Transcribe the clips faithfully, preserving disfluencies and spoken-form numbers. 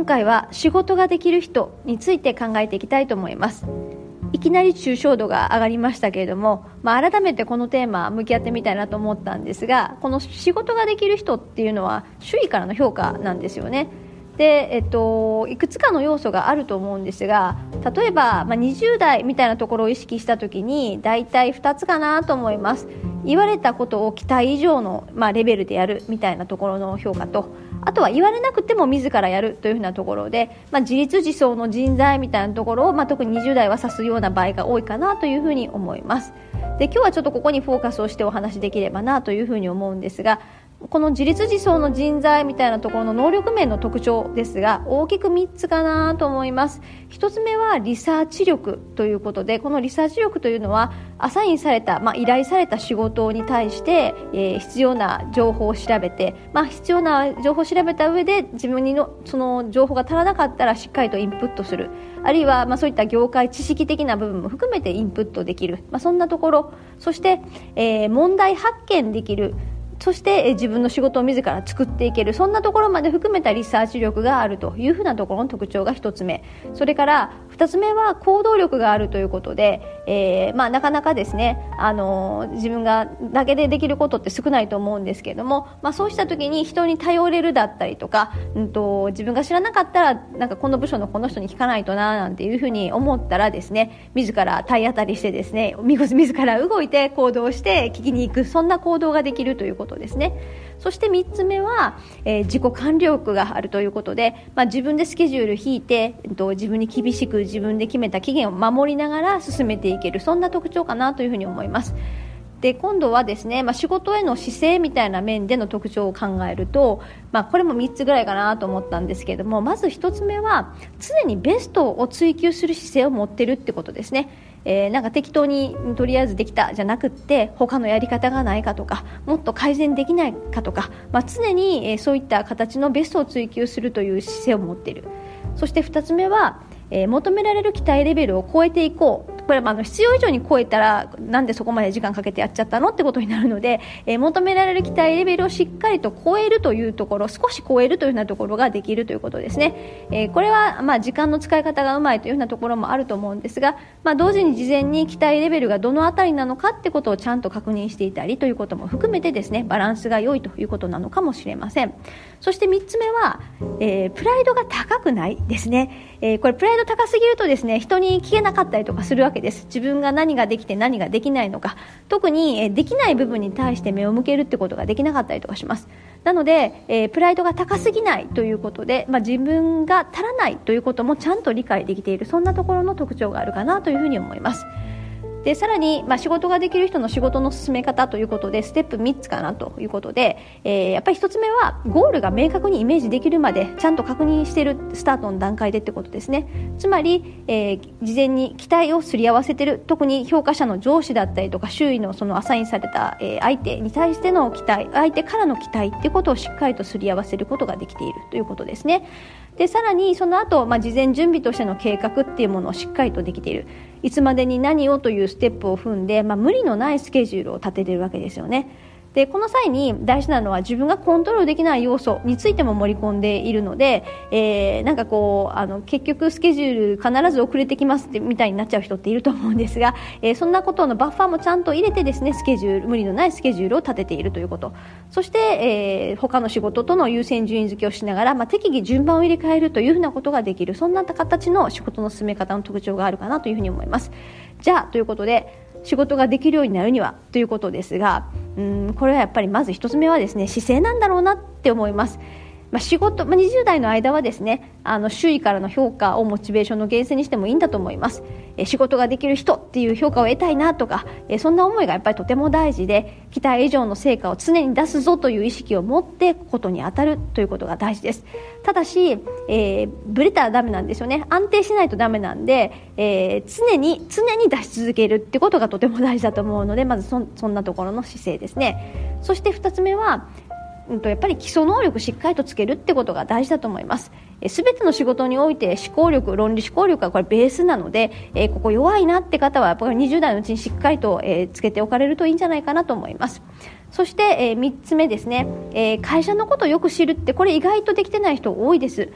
今回は仕事ができる人について考えていきたいと思います。いきなり抽象度が上がりましたけれども、まあ、改めてこのテーマ向き合ってみたいなと思ったんですが、この仕事ができる人っていうのは周囲からの評価なんですよね。で、えっと、いくつかの要素があると思うんですが、例えば、まあ、にじゅう代みたいなところを意識したときにだいたいふたつかなと思います。言われたことを期待以上の、まあ、レベルでやるみたいなところの評価と、あとは言われなくても自らやるというふうなところで、まあ、自立自走の人材みたいなところを、まあ、特ににじゅう代は指すような場合が多いかなというふうに思います。で、今日はちょっとここにフォーカスをしてお話しできればなというふうに思うんですが、この自立自走の人材みたいなところの能力面の特徴ですが、大きくみっつかなと思います。ひとつめはリサーチ力ということで、このリサーチ力というのはアサインされた、まあ、依頼された仕事に対して、えー、必要な情報を調べて、まあ、必要な情報を調べた上で自分にのその情報が足らなかったらしっかりとインプットする、あるいはまあそういった業界知識的な部分も含めてインプットできる、まあ、そんなところ、そして、えー、問題発見できる、そしてえ自分の仕事を自ら作っていける、そんなところまで含めたリサーチ力があるというふうなところの特徴がひとつめ。それからふたつめは行動力があるということで、えーまあ、なかなかですね、あのー、自分がだけでできることって少ないと思うんですけれども、まあ、そうした時に人に頼れるだったりとか、うんと、自分が知らなかったらなんかこの部署のこの人に聞かないとななんていうふうに思ったらですね、自ら体当たりしてですね、自ら動いて行動して聞きに行く、そんな行動ができるということですね。そしてみっつめは、えー、自己管理力があるということで、まあ、自分でスケジュール引いて、えっと、自分に厳しく自分で決めた期限を守りながら進めていける、そんな特徴かなというふうに思います。で、今度はですね、まあ、仕事への姿勢みたいな面での特徴を考えると、まあ、これもみっつぐらいかなと思ったんですけれども、まずひとつめは常にベストを追求する姿勢を持っているってことですね。えー、なんか適当にとりあえずできたじゃなくって、他のやり方がないかとか、もっと改善できないかとか、まあ、常に、えー、そういった形のベストを追求するという姿勢を持っている。そしてふたつめは、えー、求められる期待レベルを超えていこう。これはあの必要以上に超えたらなんでそこまで時間かけてやっちゃったのってことになるので、えー、求められる期待レベルをしっかりと超えるというところ、少し超えるというようなところができるということですね。えー、これはまあ時間の使い方がうまいというようなところもあると思うんですが、まあ、同時に事前に期待レベルがどのあたりなのかってことをちゃんと確認していたりということも含めてですね、バランスが良いということなのかもしれません。そしてみっつめは、えー、プライドが高くないですね。えー、これプライド高すぎるとですね、人に聞けなかったりとかするわけです。自分が何ができて何ができないのか、特に、えー、できない部分に対して目を向けるってことができなかったりとかします。なので、えー、プライドが高すぎないということで、まあ、自分が足らないということもちゃんと理解できている、そんなところの特徴があるかなというふうに思います。で、さらに、まあ、仕事ができる人の仕事の進め方ということでステップみっつかなということで、えー、やっぱりひとつめはゴールが明確にイメージできるまでちゃんと確認しているスタートの段階でってことですね。つまり、えー、事前に期待をすり合わせている、特に評価者の上司だったりとか周囲のそのアサインされた、えー、相手に対しての期待、相手からの期待っていうことをしっかりとすり合わせることができているということですね。で、さらにその後、まあ、事前準備としての計画っていうものをしっかりとできている。いつまでに何をというステップを踏んで、まあ、無理のないスケジュールを立てているわけですよね。で、この際に大事なのは自分がコントロールできない要素についても盛り込んでいるので、えー、なんかこうあの結局スケジュール必ず遅れてきますってみたいになっちゃう人っていると思うんですが、えー、そんなことのバッファーもちゃんと入れてですね、スケジュール無理のないスケジュールを立てているということ、そして、えー、他の仕事との優先順位付けをしながら、まあ、適宜順番を入れ替えるというふうなことができる、そんな形の仕事の進め方の特徴があるかなというふうに思います。じゃあということで、仕事ができるようになるにはということですが、うーんこれはやっぱりまず一つ目はですね、姿勢なんだろうなって思います。まあ、仕事、まあ、にじゅう代の間はですね、あの周囲からの評価をモチベーションの源泉にしてもいいんだと思います。え仕事ができる人っていう評価を得たいなとか、えそんな思いがやっぱりとても大事で、期待以上の成果を常に出すぞという意識を持ってことに当たるということが大事です。ただし、えー、ブレたらダメなんですよね。安定しないとダメなんで、えー、常に常に出し続けるってことがとても大事だと思うので、まず そ, そんなところの姿勢ですね。そしてふたつめは、うん、とやっぱり基礎能力しっかりとつけるってことが大事だと思います。すべての仕事において思考力、論理思考力がこれベースなので、えー、ここ弱いなって方はやっぱりにじゅう代のうちにしっかりと、えー、つけておかれるといいんじゃないかなと思います。そして、えー、みっつめですね、えー、会社のことをよく知るってこれ意外とできてない人多いです。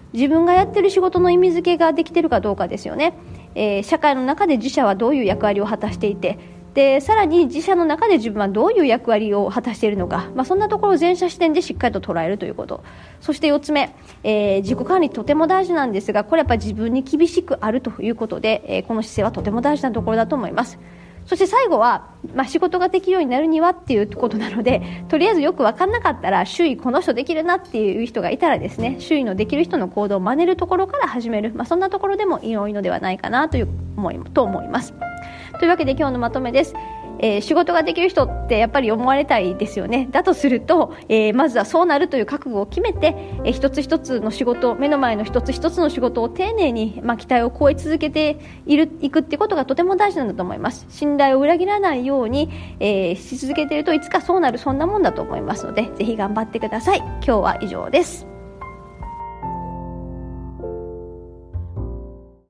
自分がやってる仕事の意味付けができてるかどうかですよね。えー、社会の中で自社はどういう役割を果たしていて、でさらに自社の中で自分はどういう役割を果たしているのか、まあ、そんなところを全社視点でしっかりと捉えるということ。そしてよっつめ、えー、自己管理とても大事なんですが、これやっぱり自分に厳しくあるということで、えー、この姿勢はとても大事なところだと思います。そして最後は、まあ、仕事ができるようになるにはっていうことなので、とりあえずよく分かんなかったら、周囲この人できるなっていう人がいたらですね、周囲のできる人の行動を真似るところから始める、まあ、そんなところでも良いのではないかなという思いと思います。というわけで今日のまとめです。えー、仕事ができる人ってやっぱり思われたいですよね。だとすると、えー、まずはそうなるという覚悟を決めて、えー、一つ一つの仕事、目の前の一つ一つの仕事を丁寧に、まあ、期待を超え続けているいくっていうことがとても大事なんだと思います。信頼を裏切らないように、えー、し続けているといつかそうなる、そんなもんだと思いますので、ぜひ頑張ってください。今日は以上です。